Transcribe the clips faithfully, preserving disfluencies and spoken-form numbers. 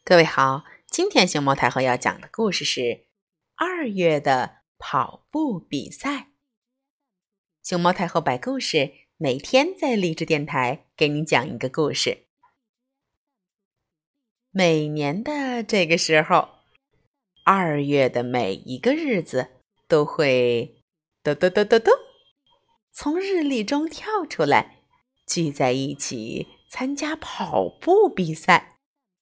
各位好，今天熊猫太后要讲的故事是二月的跑步比赛。熊猫太后摆故事，每天在励志电台给你讲一个故事。每年的这个时候，二月的每一个日子都会咚咚咚咚咚从日历中跳出来，聚在一起参加跑步比赛。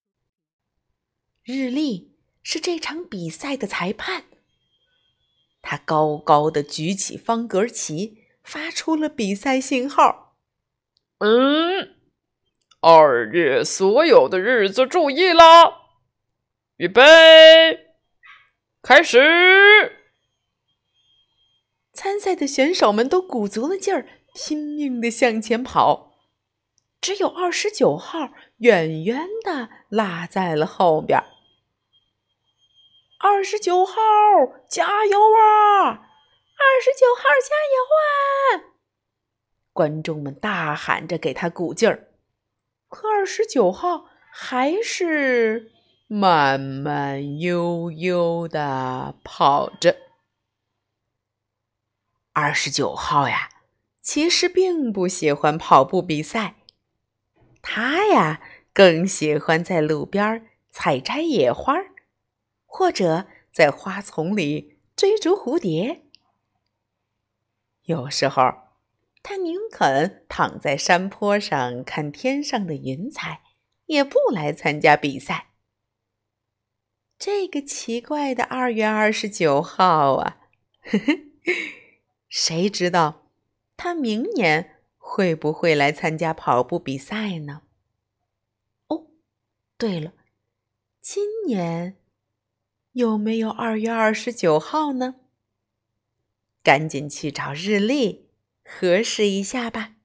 日历是这场比赛的裁判，他高高地举起方格旗，发出了比赛信号。 嗯，二月所有的日子注意啦！预备，开始！ 参赛的选手们都鼓足了劲儿，拼命地向前跑。只有二十九号远远地落在了后边。二十九号，加油啊！二十九号，加油啊！观众们大喊着给他鼓劲儿，可二十九号还是慢慢悠悠地跑着。二十九号呀，其实并不喜欢跑步比赛，他呀更喜欢在路边采摘野花，或者在花丛里追逐蝴蝶。有时候他宁肯躺在山坡上看天上的云彩，也不来参加比赛。这个奇怪的二月二十九号啊，呵呵，谁知道他明年会不会来参加跑步比赛呢？哦，对了，今年有没有二月二十九号呢？赶紧去找日历核实一下吧。